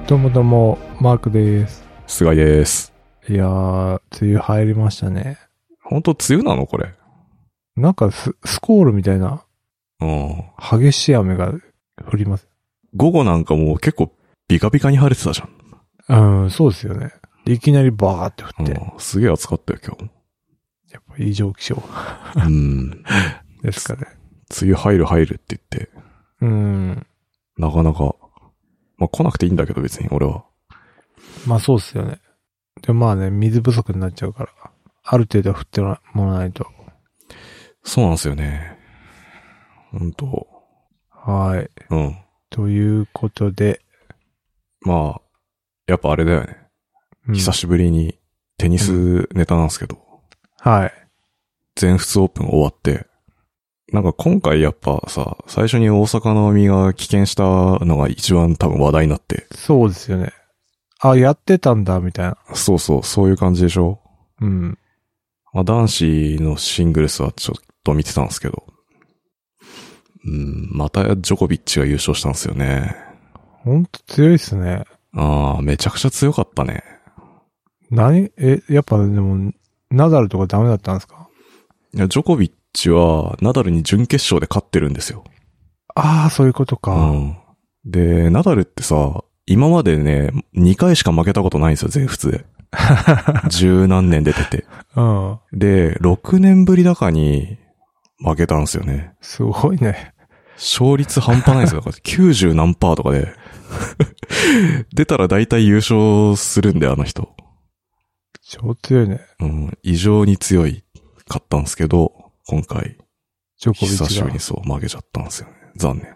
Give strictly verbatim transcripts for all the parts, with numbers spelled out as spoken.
どうもどうも、マークです。 菅井です。 いやー、梅雨入りましたね。 ほんと梅雨なのこれ。 なんかス、スコールみたいな、 うん。 激しい雨が降ります。 午後なんかもう結構ビカビカに晴れてたじゃん。うん、そうですよね。いきなりバーって降って。 うん、すげえ暑かったよ今日。 やっぱ異常気象。 うん。 ですかね。 梅雨入る入るって言って。 うん。 なかなか、まあ来なくていいんだけど別に俺は。 まあそうですよね。でまあね、水不足になっちゃうから、ある程度降ってもらわないと。 そうなんですよね。ほんと。 はい。 うん。 ということで。 まあ、やっぱあれだよね。うん、久しぶりにテニスネタなんですけど。 うん、はい。 全仏オープン終わって。なんか今回やっぱさ、最初に大坂なおみが棄権したのが一番多分話題になって。 そうですよね。あ、やってたんだ、みたいな。 そうそう、そういう感じでしょ？ うん。 まあ男子のシングルスはちょっと見てたんですけど。うん、またジョコビッチが優勝したんですよね。 ほんと強いっすね。 ああ、めちゃくちゃ強かったね。 何え、やっぱでも、ナダルとかダメだったんですか？ いや、ジョコビッチはナダルに準決勝で勝ってるんですよ。 ああ、そういうことか。 うん。で、ナダルってさ、今までね、にかいしか負けたことないんですよ、全仏で。十何年出てて。 うん。 で、ろくねんぶりだかに負けたんですよね。 すごいね。 勝率半端ないですよ。だからきゅうじゅう何パーとかで。出たら大体優勝するんで、あの人。 超強いね。 うん、異常に強いかったんですけど、今回。 ジョコビッチが。 久しぶりにそう負けちゃったんですよね。残念。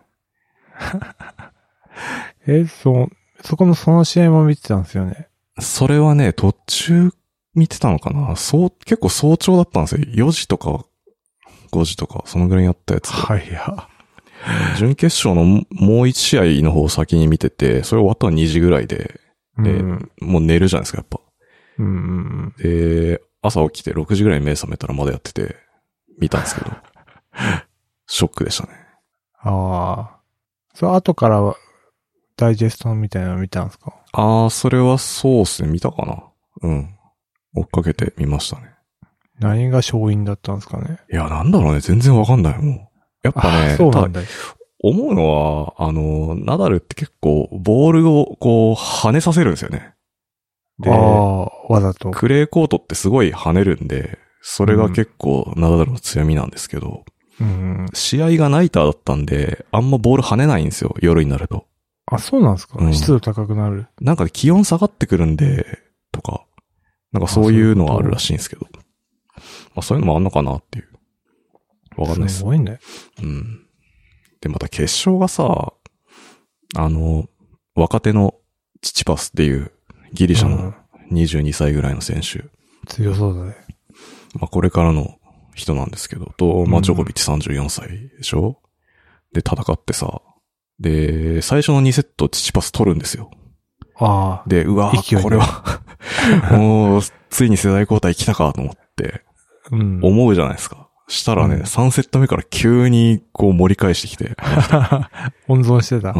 え、そ、そこのその試合も見てたんですよね。 それはね、途中見てたのかな？そう、結構早朝だったんですよ。よじとかごじとか、そのぐらいやったやつ。 はいや。 準決勝のもう一試合の方を先に見てて、それ終わったのにじぐらいで、で、うん、もう寝るじゃないですか、やっぱ。 うんうんうん、 で、朝起きてろくじぐらいに目覚めたらまだやってて、見たんですけど。ショックでしたね。 ああ。それ後からはダイジェストみたいなの見たんですか？ ああ、それはそうっすね。見たかな。うん。追っかけてみましたね。 何が勝因だったんですかね。 いや、なんだろうね。全然わかんない。もう。やっぱね、 そうなんだ。 思うのは、あの、ナダルって結構、ボールをこう、跳ねさせるんですよね。 で、ああ、わざと。 クレーコートってすごい跳ねるんで、それが結構、ナダルの強みなんですけど、 うん、 試合がナイターだったんで、あんまボール跳ねないんですよ。夜になると。 あ、そうなんですか、うん、湿度高くなる。 なんか気温下がってくるんで、とか、なんかそういうのがあるらしいんですけど。まあそういうのもあんのかなっていう。わかんないです。 すごいね。 うん。で、また決勝がさ、あの、若手のチチパスっていうギリシャのにじゅうにさいぐらいの選手。うん、 強そうだね。 まあこれからの人なんですけど、と、まあジョコビッチさんじゅうよんさいでしょ？で、戦ってさ、で、最初のにセットチチパス取るんですよ。 ああ。 で、うわぁ、これは、もう、ついに世代交代来たかと思って、思うじゃないですか。したらね、うん、さんセット目から急にこう盛り返してきて。 温存してた。 うん。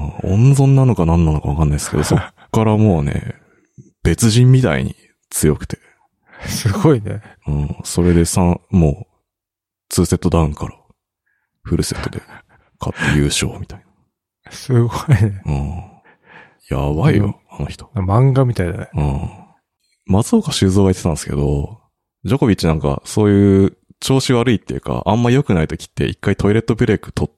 温存なのか何なのかわかんないですけど、そっからもうね、別人みたいに強くて。 すごいね。 うん。それでさん、もう、にセットダウンから、フルセットで勝って優勝みたいな。 すごいね。 うん。やばいよ、あの人。 漫画みたいだね。 うん。松岡修造が言ってたんですけど、ジョコビッチなんかそういう調子悪いっていうか、あんま良くない時って一回トイレットブレイク取って、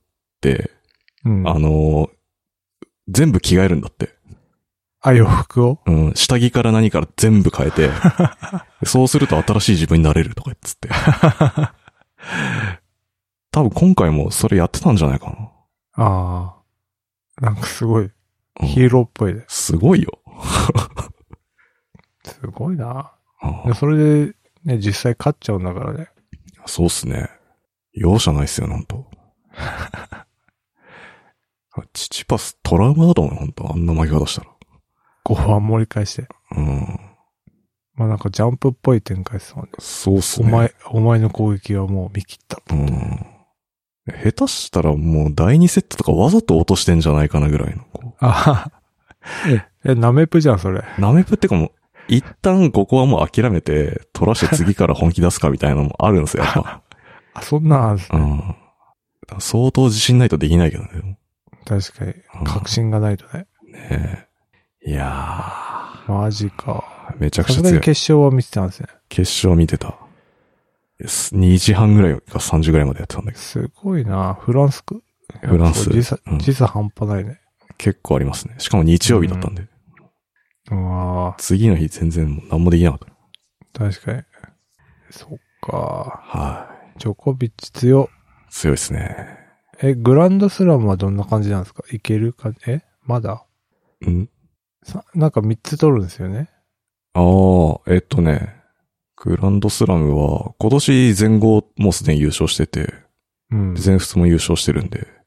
うん、あのー、全部着替えるんだって。 あ、洋服を？ うん。下着から何から全部変えて、そうすると新しい自分になれるとか言ってって。多分今回もそれやってたんじゃないかな。 ああ。なんかすごい。ヒーローっぽいで、うん。 すごいよ。 すごいな。でそれで、ね、実際勝っちゃうんだからね。 そうっすね。容赦ないっすよ、ほんと。チチパストラウマだと思う、ほんと。あんな負け方したら。 ごばん盛り返して。 うん。 まあなんかジャンプっぽい展開ですもんね。 そうっすね。 お前、お前の攻撃はもう見切った。 うん。下手したらもうだいにセットとかわざと落としてんじゃないかなぐらいの。 ああ。 え、ナメプじゃん、それ。 ナメプってかもう、一旦ここはもう諦めて、取らして次から本気出すかみたいなのもあるんですよ、やっぱ。 あ、そんなんあるんですね。 うん。相当自信ないとできないけどね。 確かに。確信がないとね。 うん、ねえ。いやー。マジか。 めちゃくちゃ強い。 さすがに決勝は見てたんですね。 決勝見てた。にじはんぐらいかさんじぐらいまでやってたんだけど。 すごいな。フランス区。 フランス。 時差、 うん、 時差半端ないね。 結構ありますね。しかも日曜日だったんで。 うん、うわ次の日全然何もできなかった。 確かに。そっか。 はい。 ジョコビッチ強。 強いですね。 え、グランドスラムはどんな感じなんですか？いけるか、えまだんさ、なんかみっつ取るんですよね。 ああ、えっとね、グランドスラムは今年全豪もうすでに優勝してて、うん、全仏も優勝してるんで。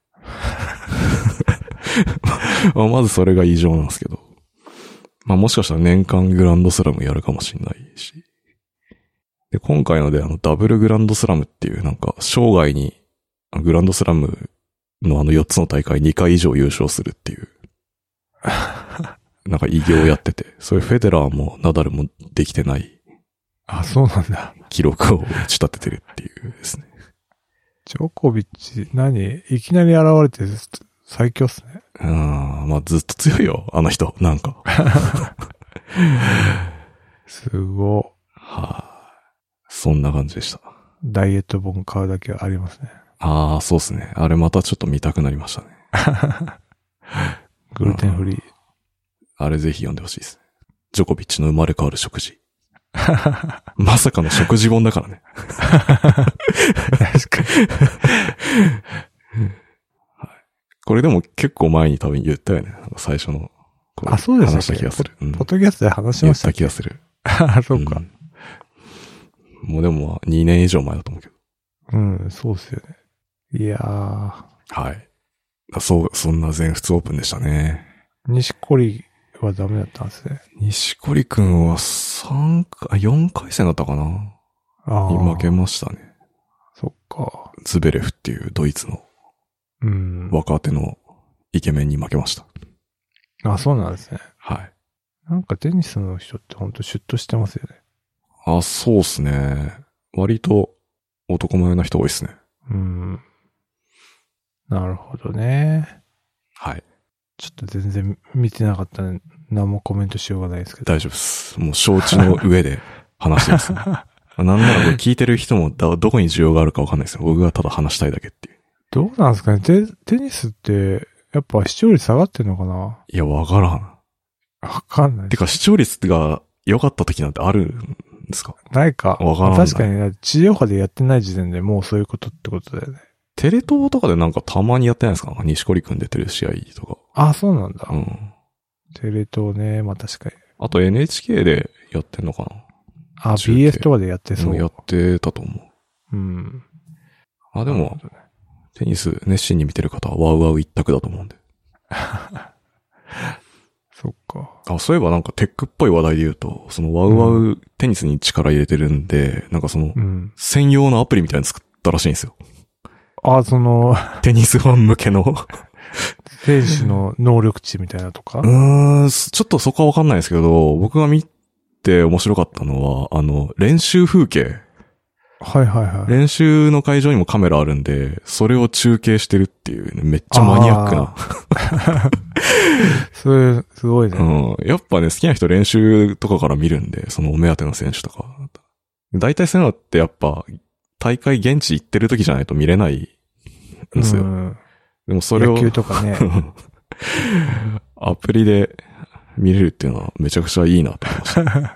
まあ、まずそれが異常なんですけど。まあもしかしたら年間グランドスラムやるかもしれないし。で、今回のであのダブルグランドスラムっていうなんか生涯にグランドスラムのあのよっつの大会にかい以上優勝するっていう。なんか偉業をやってて、そういうフェデラーもナダルもできてない。 あ、そうなんだ。 記録を打ち立ててるっていうですね。 ジョコビッチ、何いきなり現れて最強っすね。 うん、まあずっと強いよ、あの人、なんか。 すご。 はあ、そんな感じでした。 ダイエット本買うだけはありますね。 ああ、そうっすね。あれまたちょっと見たくなりましたね。 グルテンフリー、うん。 あれぜひ読んでほしいですね。ジョコビッチの生まれ変わる食事。まさかの食事本だからね。確かに、はい。これでも結構前に多分言ったよね。最初の。 あ、そうですね。 話した気がする。 ポッドキャストで話しました。 言った気がする。 あ、そうか、 うん。もうでもにねん以上前だと思うけど。 うん、そうっすよね。いやー。 はい。そう、そんな全仏オープンでしたね。 西堀はダメだったんですね。 西堀くんはさんかい、よんかい戦だったかなに負けましたね。 そっか。 ズベレフっていうドイツの若手のイケメンに負けました。 あ、そうなんですね。 はい。 なんかテニスの人ってほんとシュッとしてますよね。 あ、そうっすね。割と男前な人多いっすね。 うん。なるほどね。 はい。 ちょっと全然見てなかったんで、何もコメントしようがないですけど。 大丈夫です。もう承知の上で話してます、ね。なんならこれ聞いてる人もどこに需要があるかわかんないですよ。僕がただ話したいだけっていう。 どうなんですかね。テ、テニスって、やっぱ視聴率下がってんのかな？ いや、わからん。 わかんない。 てか視聴率が良かった時なんてあるんですか？ ないか。 わからん。 確かに、地上波でやってない時点でもうそういうことってことだよね。 テレ東とかでなんかたまにやってないですか？西堀くん出てる試合とか。 あ、そうなんだ。 うん。 テレ東ね、まあ確かに。 あと エヌエイチケー でやってんのかな？ あ、ビーエス とかでやってそう。 やってたと思う。うん。 あ、でも、ね、テニス熱心に見てる方はワウワウ一択だと思うんで。 そっか。 あ、そういえばなんかテックっぽい話題で言うと、そのワウワウテニスに力入れてるんで、うん、なんかその、専用のアプリみたいに作ったらしいんですよ。 あ、その、 テニスファン向けの。 選手の能力値みたいなとか？ うーん、ちょっとそこはわかんないですけど、僕が見て面白かったのは、あの、練習風景。 はいはいはい。 練習の会場にもカメラあるんで、それを中継してるっていう、ね、めっちゃマニアックな。 それ、すごいね。 うん。やっぱね、好きな人練習とかから見るんで、そのお目当ての選手とか。大体そういうのってやっぱ、大会現地行ってる時じゃないと見れないんですよ。うん、でもそれを。 野球とかね。 アプリで見れるっていうのはめちゃくちゃいいなと思いました。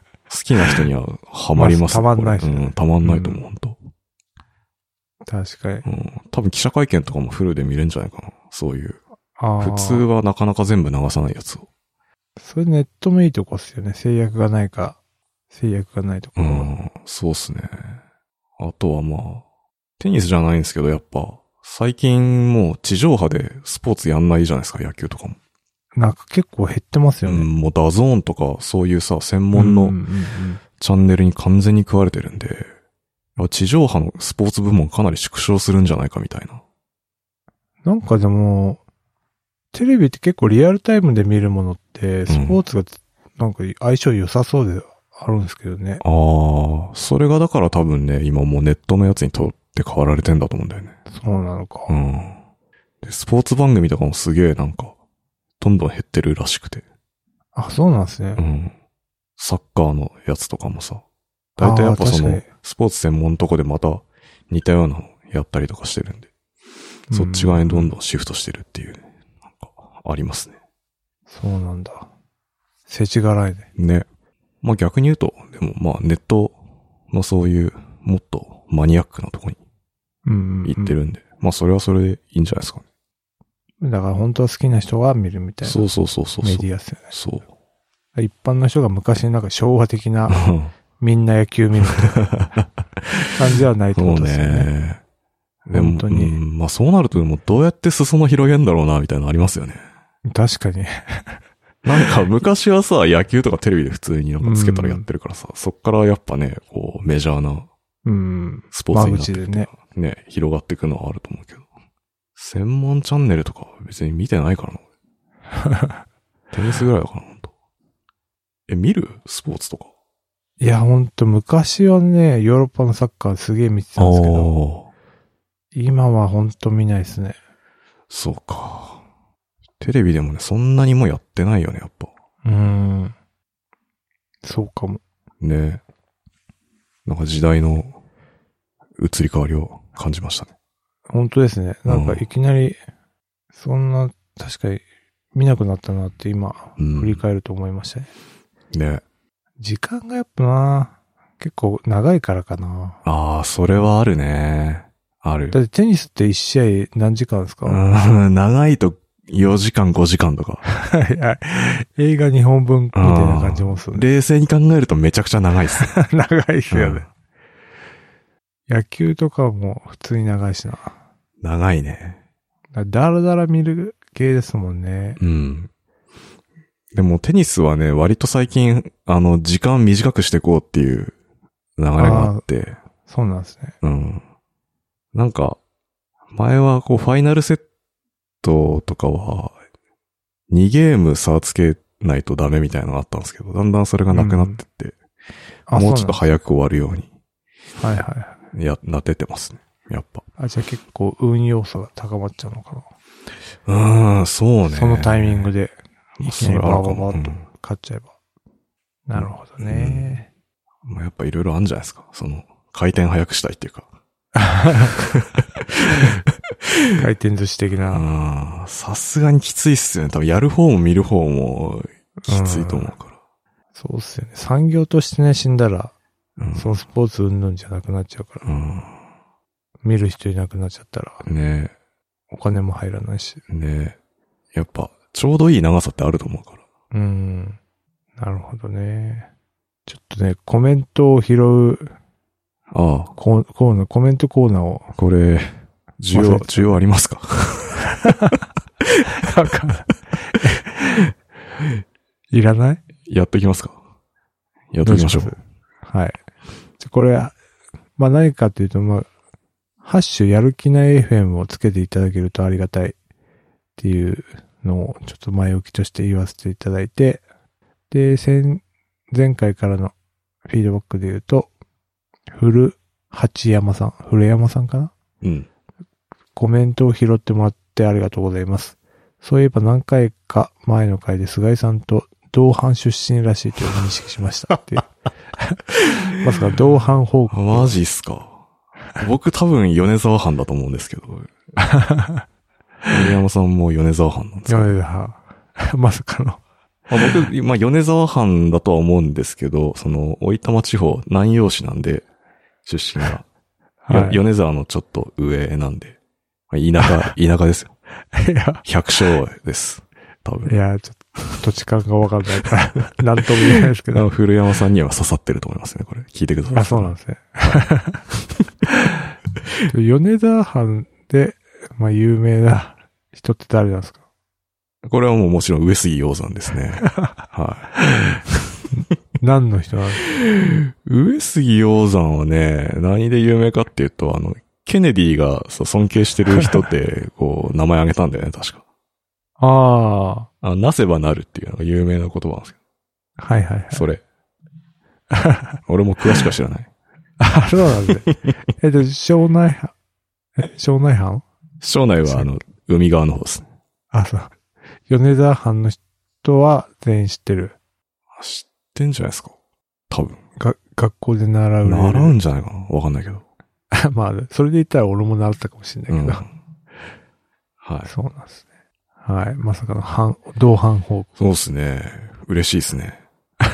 好きな人にはハマります、 まあ、たまんないし、 ね、うん。たまんないと思う、うん、本当。 確かに。 うん。多分記者会見とかもフルで見れるんじゃないかな。そういう。普通はなかなか全部流さないやつを。 それネットもいいとこっすよね。制約がないか、制約がないところ。 うん。そうっすね。あとはまあ、テニスじゃないんですけど、やっぱ、最近もう地上波でスポーツやんないじゃないですか、野球とかも。 なんか結構減ってますよね。 うん、もうダゾーンとかそういうさ、専門のチャンネルに完全に食われてるんで、地上波のスポーツ部門かなり縮小するんじゃないかみたいな。 なんかでも、 テレビって結構リアルタイムで見るものって、スポーツがなんか相性良さそうであるんですけどね。 うん、ああ、それがだから多分ね、今もうネットのやつにとって変わられてんだと思うんだよね。 そうなのか。 うん。で、スポーツ番組とかもすげえなんか、どんどん減ってるらしくて。 あ、そうなんですね。 うん。サッカーのやつとかもさ。大体やっぱその、スポーツ専門のとこでまた似たようなのやったりとかしてるんで。そっち側にどんどんシフトしてるっていう、ね、なんか、ありますね。 そうなんだ。世知辛いね。 ね。まあ逆に言うと、でもまあネットのそういう、もっとマニアックなとこに行ってるんで、うんうんうん、まあそれはそれでいいんじゃないですかね。 だから本当は好きな人が見るみたいな。 そうそうそうそう。 メディアですよね。 そう。 一般の人が昔なんか昭和的な、みんな野球見るみたいな感じではないってことですよね。そうね。 でも、本当に。うん、まあそうなるとでもどうやって裾野広げんだろうな、みたいなのありますよね。 確かに。 なんか昔はさ、野球とかテレビで普通になんかつけたらやってるからさ、うん、そっからやっぱね、こうメジャーな、スポーツになってって、うん、ね、ね、広がっていくのはあると思うけど。専門チャンネルとか別に見てないからな。テニスぐらいだからほんと。え、見るスポーツとか。 いや、ほんと昔はね、ヨーロッパのサッカーすげえ見てたんですけど、今はほんと見ないですね。 そうか。テレビでもね、そんなにもやってないよね、やっぱ。 うーん。そうかも。 ね。なんか時代の移り変わりを感じましたね。 本当ですね。なんかいきなり、そんな、確かに見なくなったなって今、振り返ると思いましたね。 うん、ね。 時間がやっぱな、結構長いからかな。 ああ、それはあるね。ある。 だってテニスっていち試合何時間ですか？ うん、長いとよじかんごじかんとか。 映画にほんぶんみたいな感じもする、 ね。冷静に考えるとめちゃくちゃ長いっす。 長いっすよね、うん。野球とかも普通に長いしな。 長いね。 だらだら見る系ですもんね。 うん。でもテニスはね、割と最近、あの、時間短くしていこうっていう流れがあって。 そうなんですね。 うん。なんか、前はこう、ファイナルセットとかは、にゲーム差つけないとダメみたいなのがあったんですけど、だんだんそれがなくなってって、うん、もうちょっと早く終わるように。 はいはい。 や、なってってますね。やっぱ。 あ、じゃあ結構運要素が高まっちゃうのかな。 うーん、そうね。 そのタイミングで、いきなりバーバーバーっと勝っちゃえば。うん、なるほどね。 うん、まあ、やっぱいろいろあるんじゃないですか。その、回転早くしたいっていうか。 回転寿司的な。 さすがにきついっすよね。多分やる方も見る方もきついと思うから。うん、 そうっすよね。産業としてね、死んだら、うん、そのスポーツ云々じゃなくなっちゃうから。うん、見る人いなくなっちゃったら。ねえ。お金も入らないし。 ねえ。やっぱ、ちょうどいい長さってあると思うから。 うん。なるほどね。ちょっとね、コメントを拾う、 ああ。 コーナー、コメントコーナーを。 これ、需要、需要ありますか？ わかんない。いらない？ やっときますか？やっときましょう。 はい。じゃ、これ、まあ何かというと、まあ、ハッシュやる気ない エフエム をつけていただけるとありがたいっていうのをちょっと前置きとして言わせていただいて、で、前、前回からのフィードバックで言うと、古八山さん、古山さんかな？ うん。 コメントを拾ってもらってありがとうございます。そういえば何回か前の回で菅井さんと同伴出身らしいと認識しましたっていう。まさか同伴報告。 マジっすか。僕多分米沢藩だと思うんですけど。古山さんも米沢藩なんですか？ 米沢。まさかの。 まあ、僕、まあ、米沢藩だとは思うんですけど、その、大分町地方、南陽市なんで、出身が。はい、米沢のちょっと上なんで。まあ、田舎、田舎ですよ。いや。百姓です。多分。 いや、ちょっと、土地感がわかんないから、なんとも言えないですけど。 古山さんには刺さってると思いますね、これ。聞いてください。 あ、そうなんですね。米沢藩で、まあ、有名な人って誰なんですか？ これはもうもちろん上杉鷹山ですね。はい。 何の人なんですか？ 上杉鷹山はね、何で有名かっていうと、あの、ケネディがそう尊敬してる人って、こう、名前挙げたんだよね、確か。 ああ。あ、なせばなるっていうのが有名な言葉なんですけど。 はいはいはい。 それ。俺も詳しくは知らない。 あ、そうなんですね。えっと、庄内藩、え、庄内藩庄内はあの、海側の方ですね。 あ、そう。米沢藩の人は全員知ってる。 知ってんじゃないですか。多分。 が、学校で習う。 習うんじゃないかな。わかんないけど。 まあ、それで言ったら俺も習ったかもしれないけど。うん、 はい。 そうなんですね。はい。まさかの反、同反報告。 そうですね。嬉しいですね。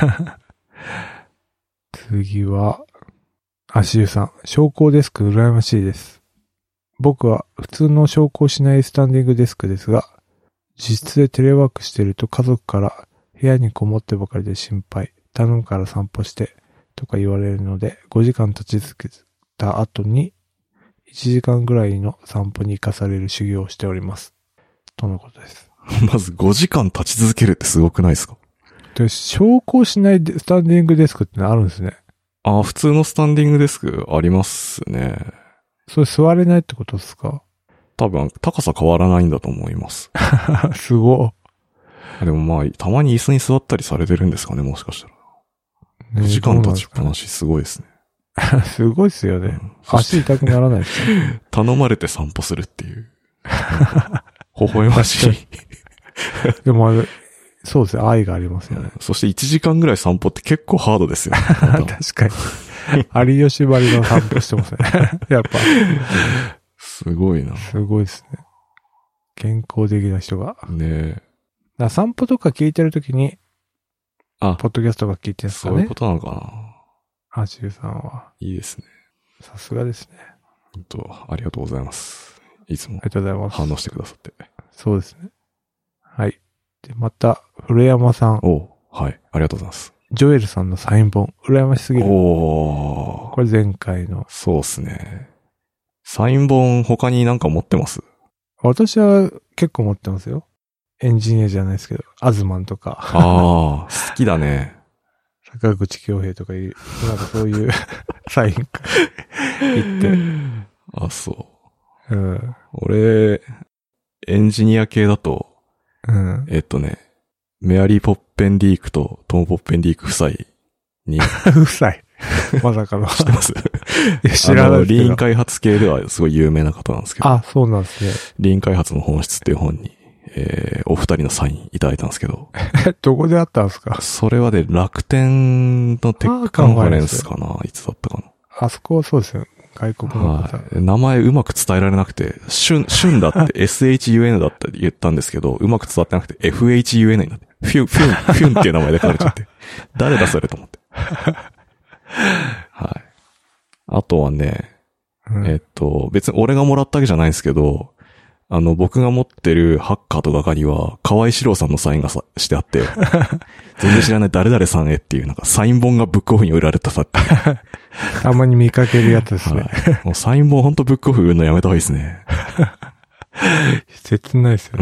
次は、足湯さん。昇降デスク羨ましいです。僕は普通の昇降しないスタンディングデスクですが、自室でテレワークしていると家族から部屋にこもってばかりで心配、頼むから散歩してとか言われるので、ごじかん立ち続けた後にいちじかんぐらいの散歩に行かされる修行をしております。とのことです。 まずごじかん立ち続けるってすごくないですか？ で、昇降しないスタンディングデスクってのあるんですね。 ああ、普通のスタンディングデスクありますね。 それ座れないってことですか？ 多分、高さ変わらないんだと思います。 すごい。でもまあ、たまに椅子に座ったりされてるんですかね、もしかしたら。ごじかん立ちっぱなしすごいですね。 すごいですよね。うん、足痛くならないですか？ 頼まれて散歩するっていう。微笑ましい。 でもあれ、そうですね、愛がありますよね、 うん。そしていちじかんぐらい散歩って結構ハードですよね。 確かに。有吉張りの散歩してますね。やっぱ。 すごいな。 すごいですね。健康的な人が。 ねえ。 だ散歩とか聞いてるときに、 あ、 ポッドキャストが聞いてるんですかね。 そういうことなのかな。 アシュさんは。 いいですね。 さすがですね。 本当ありがとうございます。いつも。 ありがとうございます。 反応してくださって。 そうですね。はい。で、また、古山さん。 おはい。ありがとうございます。 ジョエルさんのサイン本、羨ましすぎる。 おこれ前回の。 そうですね。サイン本他になんか持ってます？ 私は結構持ってますよ。エンジニアじゃないですけど、アズマンとか。 ああ、好きだね。 坂口京平とかいう、なんかそういうサイン言って。 あ、そう。 うん。 俺、エンジニア系だと、 うん、 えっとね、メアリー・ポッペンディークとトム・ポッペンディーク夫妻に。 夫妻まさかの。 知ってます？ いや知らないですけど。 リーン開発系ではすごい有名な方なんですけど。 あ、そうなんですね。 リーン開発の本質っていう本に、えー、お二人のサインいただいたんですけど。 どこであったんですか？ それはで、楽天のテックカンファレンスかな？いつだったかな？ あそこはそうですよ。外国の方。 はい。名前うまく伝えられなくて、シュン、シュンだって エスエイチユーエヌ だって言ったんですけど、うまく伝わってなくて エフエイチユーエヌ になって、フュン、フュン、フュンっていう名前で書かれちゃって。誰だそれと思って。はい。あとはね、うん、えっと、別に俺がもらったわけじゃないんですけど、あの、僕が持ってるハッカーと係は、河合史郎さんのサインがさしてあって、全然知らない誰々さんへっていう、なんかサイン本がブックオフに売られたさって。 たまに見かけるやつですね。 はい、もうサイン本ほんとブックオフ売るのやめた方がいいですね。 切ないですよね。 うん。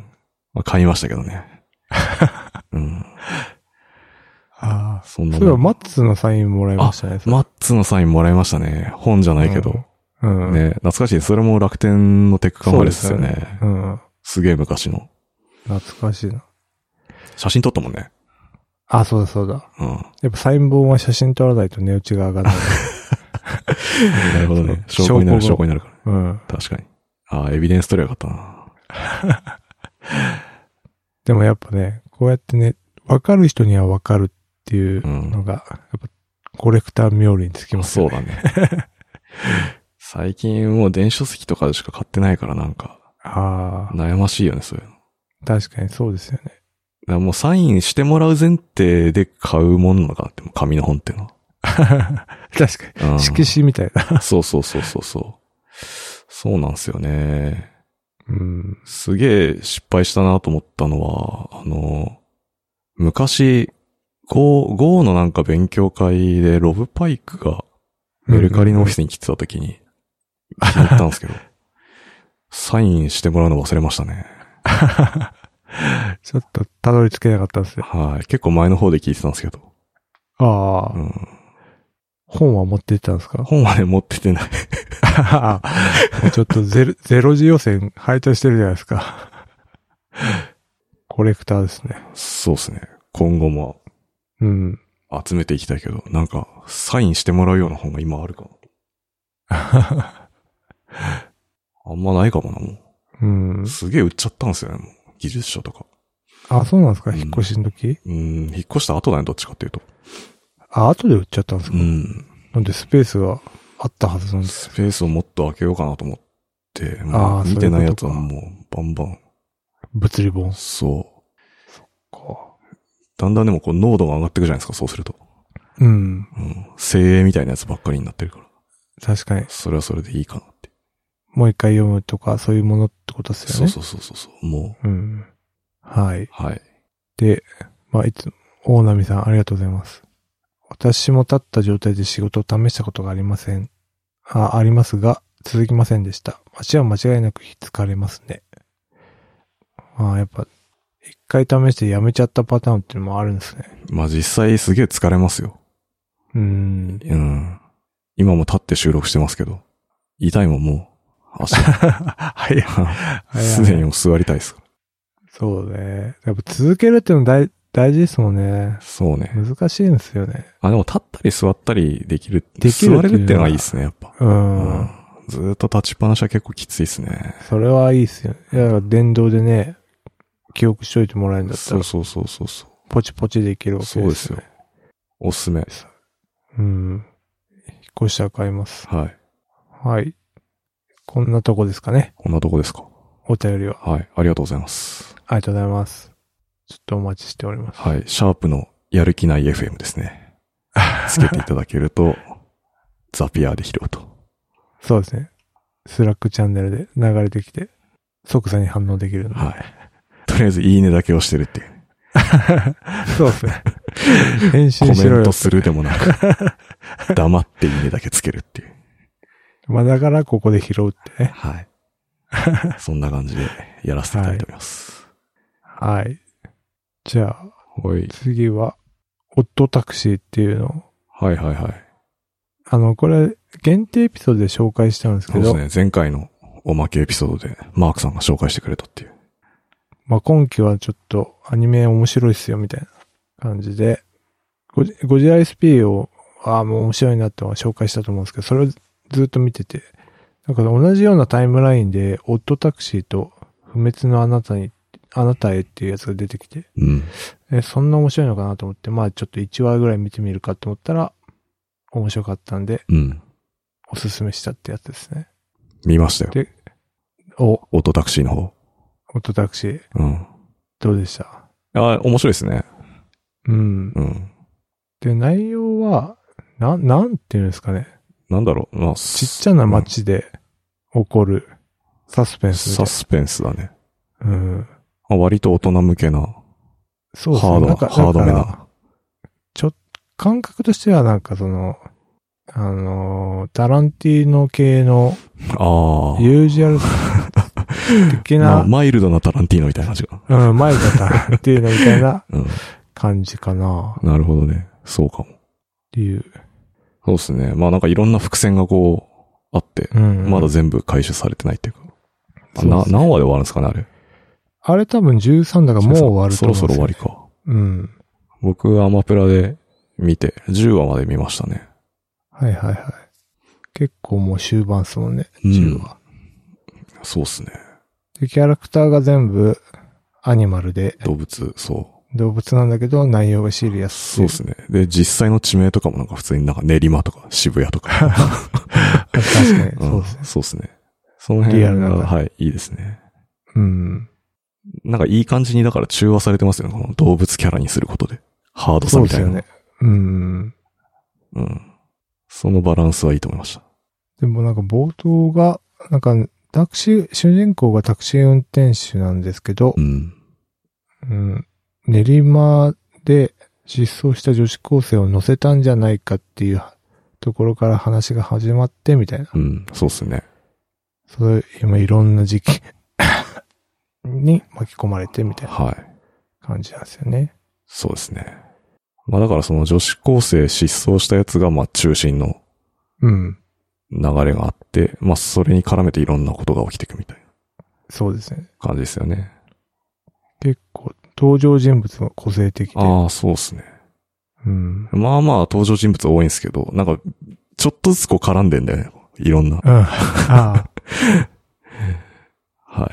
まあ、買いましたけどね。うん。 ああ。そんな。そういえばマッツのサインもらいましたね。 マッツのサインもらいましたね。本じゃないけど。うん。ね、懐かしい。それも楽天のテックカンファレンスですよね。ねうん。すげえ昔の。 懐かしいな。 写真撮ったもんね。 あ、そうだそうだ。 うん。 やっぱサイン本は写真撮らないと値打ちが上がらない。 なるほどね。証拠になる、証拠になるから。 うん。 確かに。ああ、エビデンス取りゃよかったな。 でもやっぱね、こうやってね、わかる人にはわかるっていうのが、やっぱコレクター冥利につきますよね。 そうだね。最近もう電子書籍とかでしか買ってないからなんか。 ああ。 悩ましいよね、そういうの。 確かにそうですよね。 だからもうサインしてもらう前提で買うものなのかなって、紙の本っていうのは。 確かに。色紙みたいな。 そうそうそうそうそう。そうなんですよね。 うん。 すげえ失敗したなと思ったのは、あの、昔、Go、Go のなんか勉強会でロブパイクがメルカリのオフィスに来てた時に、聞いたんですけど、サインしてもらうの忘れましたね。 ちょっとたどり着けなかったんですよ。 はい。結構前の方で聞いてたんですけど。 ああ。うん。本は持ってったんですか？ 本はね、持っててない。 ちょっとゼロ、ゼロ次予選配達してるじゃないですか。 コレクターですね。 そうですね。今後も、うん。集めていきたいけど、なんか、サインしてもらうような本が今あるかも。あんまないかもな、もう。うん。すげえ売っちゃったんですよね、もう。技術書とか。 あ、そうなんですか、うん、引っ越しの時うん、引っ越した後だね、どっちかっていうと。 あ、後で売っちゃったんですかうん。なんでスペースがあったはずなんです。 スペースをもっと開けようかなと思って、まあ、見てないやつはもう、バンバン。 物理本。 そう。そっか。だんだんでもこう、濃度が上がっていくじゃないですか、そうすると。 うん。うん。 精鋭みたいなやつばっかりになってるから。 確かに。 それはそれでいいかなって。 もう一回読むとか、そういうものってことですよね。 そうそうそうそう。もう。うん。はい。 はい。 で、まあ、いつも、大波さんありがとうございます。私も立った状態で仕事を試したことがありません。あ、ありますが、続きませんでした。足は間違いなく疲れますね。まあ、やっぱ、一回試してやめちゃったパターンっていうのもあるんですね。 まあ実際すげえ疲れますよ。 うーん。 うん。今も立って収録してますけど、痛いもんもう、足。 はい。 すでにもう座りたいです。 そうね。やっぱ続けるっていうの大、大事ですもんね。 そうね。 難しいんですよね。 あ、でも立ったり座ったりできる。できる。座れるっていうのはいいですね、やっぱ。 うん。うん、 ずーっと立ちっぱなしは結構きついですね。 それはいいですよ。いや、電動でね、記憶しといてもらえるんだったら。 そうそうそうそう。 ポチポチできるわけですね。 そうですよ。おすすめ。 うん。引っ越したら買います。 はい。 はい。こんなとこですかね。 こんなとこですか。 お便りは。 はい。ありがとうございます。 ありがとうございます。ちょっとお待ちしております。 はい。シャープのやる気ない エフエム ですね。つけていただけると、ザピアで拾うと。 そうですね。スラックチャンネルで流れてきて、即座に反応できるんで。 はい。とりあえずいいねだけ押してるっていう。 そうですね。返信しろよ。 コメントするでもなく、黙っていいねだけつけるっていう。 まあだからここで拾うってね。 はい。そんな感じでやらせていただいております。 はい。はい、じゃあ、 はい、 次は、オットタクシーっていうのを。 はいはいはい。 あの、これ、限定エピソードで紹介したんですけど。 そうですね。前回のおまけエピソードで、マークさんが紹介してくれたっていう。 まあ今期はちょっとアニメ面白いっすよみたいな感じで、ゴジ、ゴジラ エスピー を、ああ、もう面白いなって紹介したと思うんですけど、それをずっと見てて、なんか同じようなタイムラインで、オットタクシーと不滅のあなたに、あなたへっていうやつが出てきて、 うん、 えそんな面白いのかなと思って、まあちょっといちわぐらい見てみるかと思ったら、面白かったんで、 うん、 おすすめしたってやつですね。 見ましたよ。 で、お、 オットタクシーの方。 オットタクシー。 うん。 どうでした？ あ、面白いですね。 うん。 うん。 で、内容は、な、なんていうんですかね。 なんだろう。まあ、 ちっちゃな街で起こるサスペンスみたいな。 サスペンスだね。 うん。 まあ、割と大人向けな。 そうですね。 ハード、ハードめな。 ちょ、感覚としてはなんかその、あのー、タランティーノ系の、 ああ。 ユージュアル的な、 まあ、マイルドなタランティーノみたいな感じか。 うん、マイルドなタランティーノみたいな感じかな。 うん、なるほどね。そうかも。 っていう。 そうですね。まあなんかいろんな伏線がこう、あって、うんうん、まだ全部回収されてないっていうか。う、ね、な、何話で終わるんですかね、あれ。 あれ多分じゅうさんだからもう終わると思う、ね。 そろそろ終わりか。 うん。 僕、アマプラで見て、じゅうわまで見ましたね。 はいはいはい。結構もう終盤っすもんね、じゅうわ。 うん、そうっすね。 で、キャラクターが全部アニマルで。 動物、そう。 動物なんだけど内容がシリアス。 そうですね。で、実際の地名とかもなんか普通になんか練馬とか渋谷とか。確かに、そうですね。 そうですね。その辺が、はい、いいですね。 うん。 なんかいい感じにだから中和されてますよね。この動物キャラにすることで。ハードさみたいな。そうですよね。 うん。 うん。そのバランスはいいと思いました。 でもなんか冒頭が、なんかタクシー、主人公がタクシー運転手なんですけど、 うん。 うん。練馬で失踪した女子高生を乗せたんじゃないかっていうところから話が始まってみたいな。 うん、そうっすね。 そういう、今いろんな時期に巻き込まれてみたいな感じなんですよね。はい、 そうですね。まあだからその女子高生失踪したやつがまあ中心の流れがあって、うん、まあそれに絡めていろんなことが起きていくみたいな。 そうですね。 感じですよね。 結構、登場人物が個性的で。 ああ、そうですね。 うん。 まあまあ登場人物多いんですけど、なんか、ちょっとずつこう絡んでんだよね。いろんな。 うん。ああ。 はい。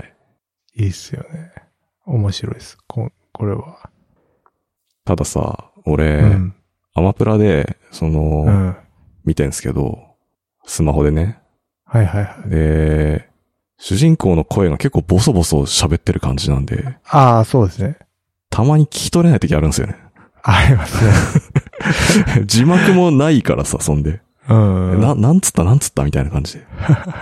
いいっすよね。面白いです。こ、これは。 たださ、俺、 うん、 アマプラで、その、 うん、 見てんすけど、スマホでね。 はいはいはい。 で、主人公の声が結構ボソボソ喋ってる感じなんで。 ああ、そうですね。 たまに聞き取れない時あるんですよね。 ありますね。字幕もないからさ、そんで。 うん。 な、なんつったなんつったみたいな感じで。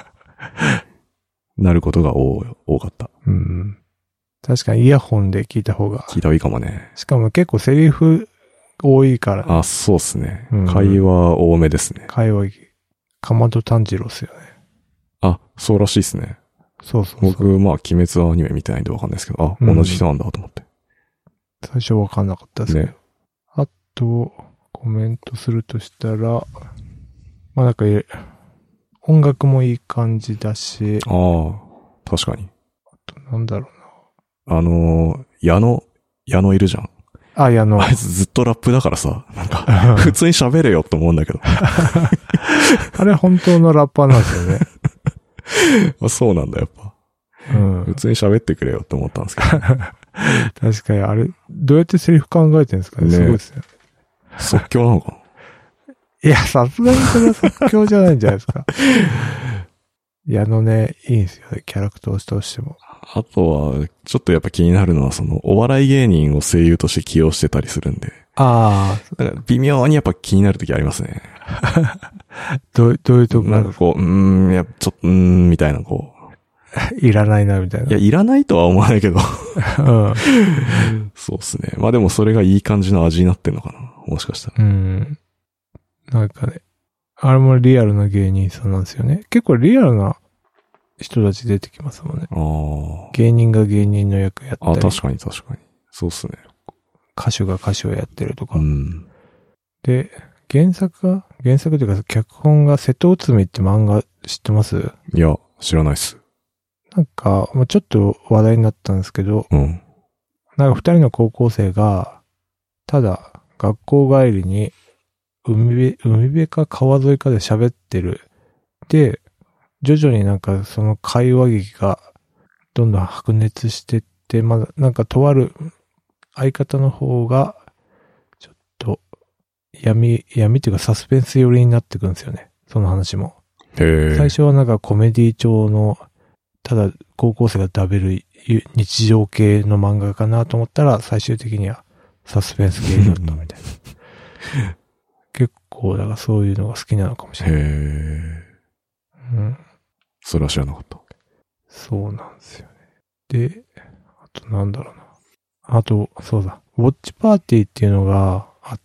なることが多、多かった。 うん。確かにイヤホンで聞いた方が。 聞いた方がいいかもね。 しかも結構セリフ多いから、ね。 あ、そうっすね。 うん、 会話多めですね。 会話、かまど炭治郎っすよね。 あ、そうらしいっすね。 そうそうそう。 僕、まあ、鬼滅はアニメ見てないんでわかんないですけど、あ、うん、同じ人なんだと思って。 最初わかんなかったですけど。ね。あと、コメントするとしたら、まあなんか、音楽もいい感じだし。 ああ、確かに。 あと、なんだろうな。あのー、矢野、矢野いるじゃん。 あ、矢野。 あいつずっとラップだからさ、なんか、普通に喋れよって思うんだけど。 あれ本当のラッパーなんですよね。 あ、そうなんだ、やっぱ。うん。普通に喋ってくれよって思ったんですけど。 確かに、あれ、どうやってセリフ考えてるんですかね。ね、すごいですね。 即興なのかな。 いや、さすがにそれは即興じゃないんじゃないですか。矢野ね、いいんですよね、キャラクターとしても。 あとは、ちょっとやっぱ気になるのは、その、お笑い芸人を声優として起用してたりするんで。 ああ。 だから微妙にやっぱ気になるときありますね。 どう、どういうとこなんかこう、うーん、いや、ちょっと、うーん、みたいな、こう。いらないな、みたいな。 いや、いらないとは思わないけど。 うん。 そうですね。まあでもそれがいい感じの味になってんのかな。もしかしたら。 うん。なんかね、あれもリアルな芸人さんなんですよね。結構リアルな人たち出てきますもんね。 ああ。 芸人が芸人の役やったり。 あ、確かに確かに。そうっすね。 歌手が歌手をやってるとか。 うん。 で、原作が、原作というか脚本が瀬戸内海って漫画知ってます？ いや、知らないっす。 なんか、まあ、ちょっと話題になったんですけど、 うん。 なんか二人の高校生が、ただ学校帰りに海辺、海辺か川沿いかで喋ってる。で、徐々になんかその会話劇がどんどん白熱してって、まだなんかとある相方の方が、ちょっと闇、闇っていうかサスペンス寄りになってくるんですよね。その話も。 へー。 最初はなんかコメディ調の、ただ高校生が食べる日常系の漫画かなと思ったら、最終的にはサスペンス系になったみたいな。結構、だからそういうのが好きなのかもしれない。へー。 うん。 それは知らなかった。 そうなんですよね。で、あとなんだろうな。あと、そうだ。ウォッチパーティーっていうのがあって、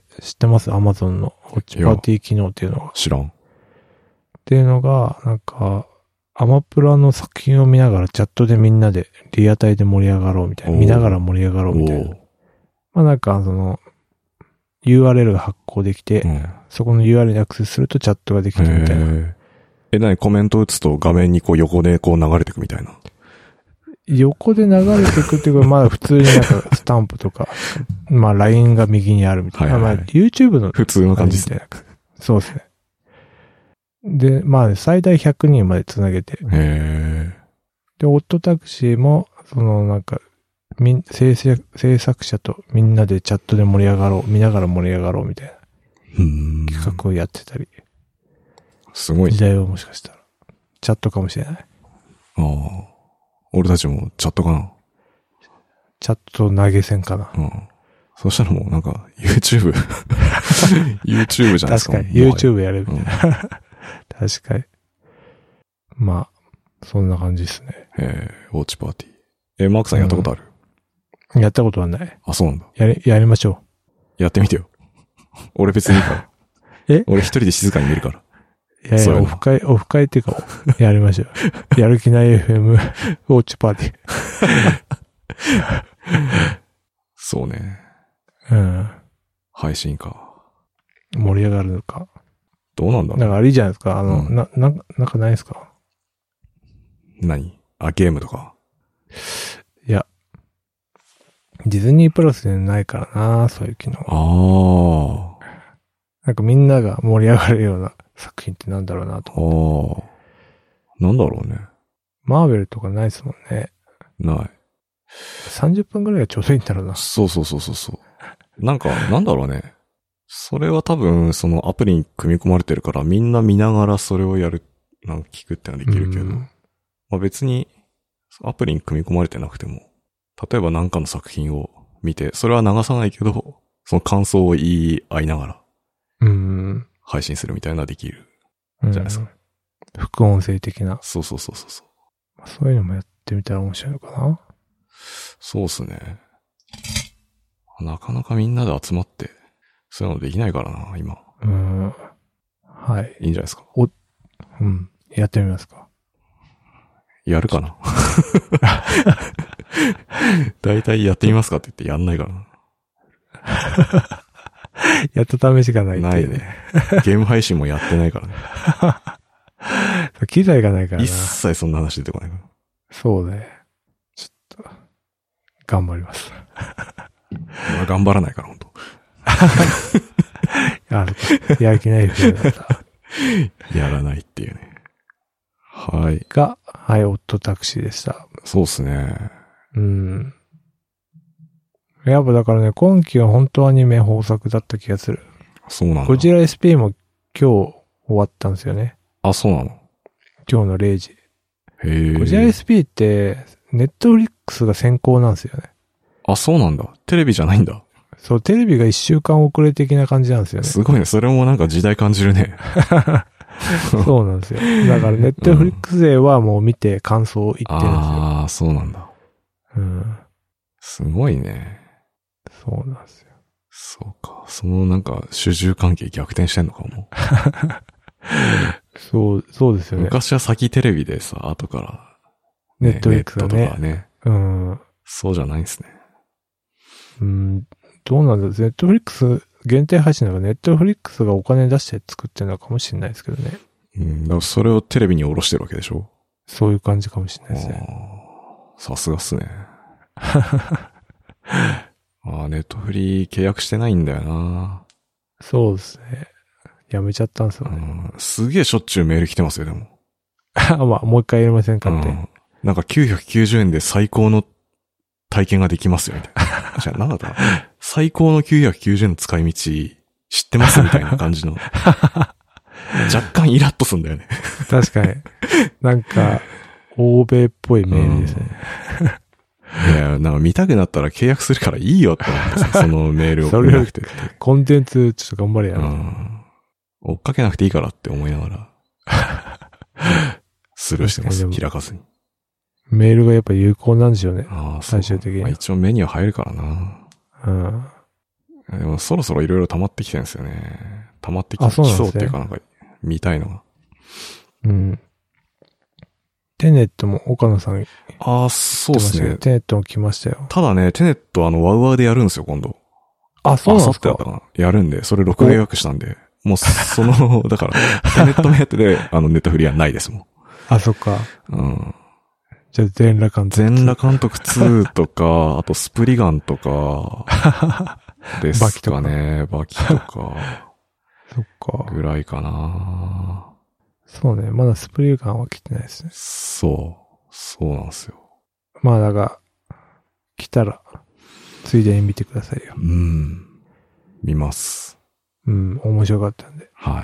知ってます？ Amazon のウォッチパーティー機能っていうのが。 知らん。 っていうのが、なんか、アマプラの作品を見ながらチャットでみんなでリアタイで盛り上がろうみたいな。見ながら盛り上がろうみたいな。まあなんか、その、ユーアールエル が発行できて、うん、そこの ユーアール にアクセスするとチャットができてみたいな。 え、なにコメント打つと画面にこう横でこう流れていくみたいな。 横で流れていくっていうか、まあ普通になんかスタンプとか、まあ ライン が右にあるみたいな。はいはいはい、まあ YouTube の。 普通の感じですね。 そうですね。で、まあ最大ひゃくにんまでつなげて。 へで、オットタクシーも、そのなんか、みん、制作、制作者とみんなでチャットで盛り上がろう、見ながら盛り上がろうみたいな企画をやってたり。 すごい。 時代はもしかしたら。チャットかもしれない。ああ。俺たちもチャットかな。 チャット投げ銭かな。 うん。そしたらもうなんか YouTube。YouTube じゃないですか。 確かに YouTube やれるみたいな。うん、確かに。まあ、そんな感じですね。 えー、ウォッチパーティー。えー、マークさんやったことある？ うん、やったことはない。 あ、そうなんだ。 やり、やりましょう。やってみてよ。俺別にいいから。 え俺一人で静かに見るから。 いやいや、オフ会、オフ会っていうか、やりましょう。やる気ない エフエム、ウォッチパーティー。 そうね。 うん。 配信か。 盛り上がるのか。 どうなんだろう。 なんかあれいいじゃないですか。あの、 うん、 な、な、なんかないですか？ 何？あ、ゲームとか。 いや、 ディズニープラスでないからな、そういう機能。 ああ。 なんかみんなが盛り上がるような作品ってなんだろうなと思って。 ああ。なんだろうね。 マーベルとかないですもんね。 ない。 さんじゅっぷんぐらいがちょうどいいんだろうな。 そうそうそうそうそう。なんか、なんだろうね。それは多分、そのアプリに組み込まれてるから、みんな見ながらそれをやる、なんか聞くってのはできるけど、まあ別に、アプリに組み込まれてなくても、例えば何かの作品を見て、それは流さないけど、その感想を言い合いながら、 うん。 配信するみたいなのはできる。じゃないですか。 副音声的な。 そうそうそうそうそう。 そういうのもやってみたら面白いのかな。 そうっすね。なかなかみんなで集まって、そういうのできないからな、今。 うん。はい。 いいんじゃないですか。 お、うん。やってみますか。 やるかな。だいたいやってみますかって言ってやんないからな。 やった試しがないって。 ないね。ゲーム配信もやってないからね。 機材がないからな。 一切そんな話出てこないから。 そうね。ちょっと、頑張ります。 俺頑張らないから、ほんと。 あ、やる気ない風だった。 やらないっていうね。はい。 が、はい、オットタクシーでした。 そうっすね。 うん。やっぱだからね、今期は本当アニメ豊作だった気がする。 そうなんだ。 ゴジラ エスピー も今日終わったんですよね。 あ、そうなの？ 今日のれいじ。 へー。 ゴジラ エスピー って、ネットフリックスが先行なんですよね。 あ、そうなんだ。テレビじゃないんだ。 そう、テレビが一週間遅れ的な感じなんですよね。 すごいね。それもなんか時代感じるね。 そうなんですよ。だからネットフリックス勢はもう見て感想を言ってるんですよ。 ああ、そうなんだ。 うん。 すごいね。 そうなんですよ。 そうか。そのなんか主従関係逆転してんのかも。 そう、そうですよね。 昔は先テレビでさ、後から、 ね、ネットフリックスがね。 ネットとかね。 うん。 そうじゃないんですね。 うん。どうなんだろう。ネットフリックス限定配信なのか、ネットフリックスがお金出して作ってるのかもしれないですけどね。 うん。だからそれをテレビに下ろしてるわけでしょ？ そういう感じかもしれないですね。 さすがっすね。ああ、ネットフリ契約してないんだよな。 そうですね。やめちゃったんですよね。 うん、すげえしょっちゅうメール来てますよ、でも。 まあ、もう一回やりませんかって。 うん、なんかきゅうひゃくきゅうじゅうえんで最高の体験ができますよ、みたいな。じゃあ、なんだったか最高のきゅうひゃくきゅうじゅうえんの使い道知ってますみたいな感じの。若干イラッとすんだよね。 確かに。なんか、欧米っぽいメールですね。 いや、なんか見たくなったら契約するからいいよって思ってさ、そのメールを送らなくて。 コンテンツちょっと頑張れや、 うん。追っかけなくていいからって思いながら、スルーしてます、開かずに。 メールがやっぱ有効なんでしょうね。 ああ、 最終的に。 まあ、一応目には入るからな。 うん。 でもそろそろいろいろ溜まってきてるんですよね。溜まってきそうっていうかなんか、見たいのが。 うん。テネットも岡野さん。 ああ、そうですね。 テネットも来ましたよ。 ただね、テネットあの、ワウワウでやるんですよ、今度。 あ、そうなんですか。 あさってだったかな。やるんで、それ録画予約したんで。もう、その、だから、テネット目当てで、あの、ネットフリはないですもん。 あ、そっか。 うん。 じゃあ、全裸監督。 全裸監督ツーとか、あとスプリガンとか、ですかね。バキとか。 そっか。 ぐらいかな。 そうね。まだスプリガンは来てないですね。 そう。そうなんですよ。 まあ、だが、来たら、ついでに見てくださいよ。 うん。見ます。 うん、面白かったんで。 はい。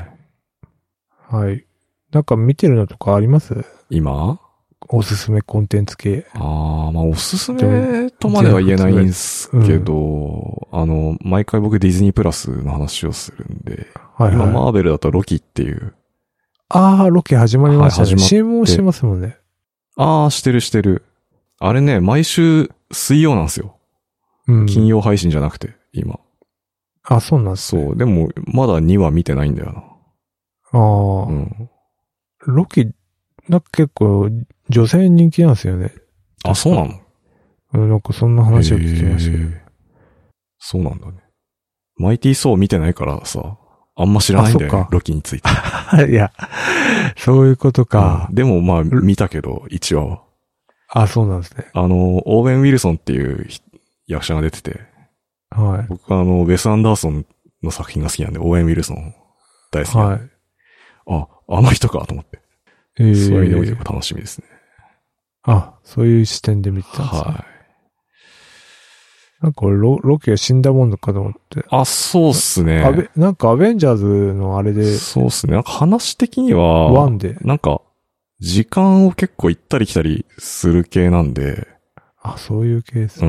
はい。なんか見てるのとかあります？ 今？ おすすめコンテンツ系。 ああ、まあおすすめとまでは言えないんですけど、うん、あの、毎回僕ディズニープラスの話をするんで、はいはい、今マーベルだとロキっていう。 ああ、ロキ始まりましたね。はい、シーエム もしてますもんね。 ああ、してるしてる。あれね、毎週水曜なんですよ。うん。金曜配信じゃなくて、今。 あ、そうなんですね。そう。でも、まだにわ見てないんだよな。 ああ。うん。ロキ、なんか結構、女性人気なんですよね。 あ、そうなの？ うん、なんかそんな話を聞きましたけど。 そうなんだね。マイティーソー見てないからさ、あんま知らないんだよね、ロキについて。 いや、そういうことか。 うん、でもまあ、見たけど、いちわは。 あ、そうなんですね。 あの、オーウェン・ウィルソンっていう役者が出てて、 はい。 僕はあの、ウェス・アンダーソンの作品が好きなんで、オーウェン・ウィルソン大好きなんで、はい、あ、あの人かと思って。えー、そういう意味でも結構楽しみですね。 あ、そういう視点で見てたんですね。はい。なんか俺ロ、ロケが死んだもんだかと思って。 あ、そうっすね。 アベ、なんかアベンジャーズのあれで。 そうっすね。なんか話的には、 ワンで。 なんか、時間を結構行ったり来たりする系なんで。 あ、そういうケース、ね。 うん。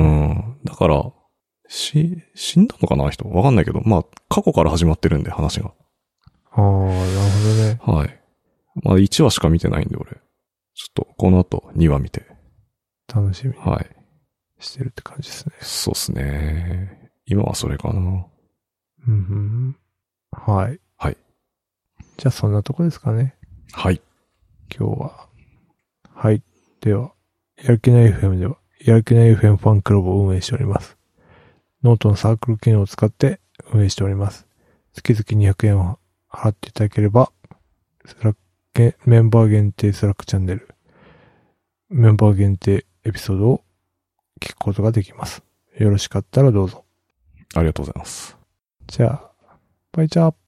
だから、し、死んだのかな人わかんないけど、まあ、過去から始まってるんで、話が。 ああ、なるほどね。はい。まあ、いちわしか見てないんで、俺。ちょっと、この後、にわ見て。 楽しみ。 はい。 してるって感じですね。 そうっすね。今はそれかな。 うんうん。はい。 はい。 じゃあ、そんなとこですかね。 はい。 今日は。はい。では、やる気ない エフエム では、やる気ない エフエム ファンクラブを運営しております。ノートのサークル機能を使って運営しております。月々にひゃくえんを払っていただければ、スラック、メンバー限定スラックチャンネル、メンバー限定エピソードを聞くことができます。よろしかったらどうぞ。 ありがとうございます。 じゃあ、バイチャー。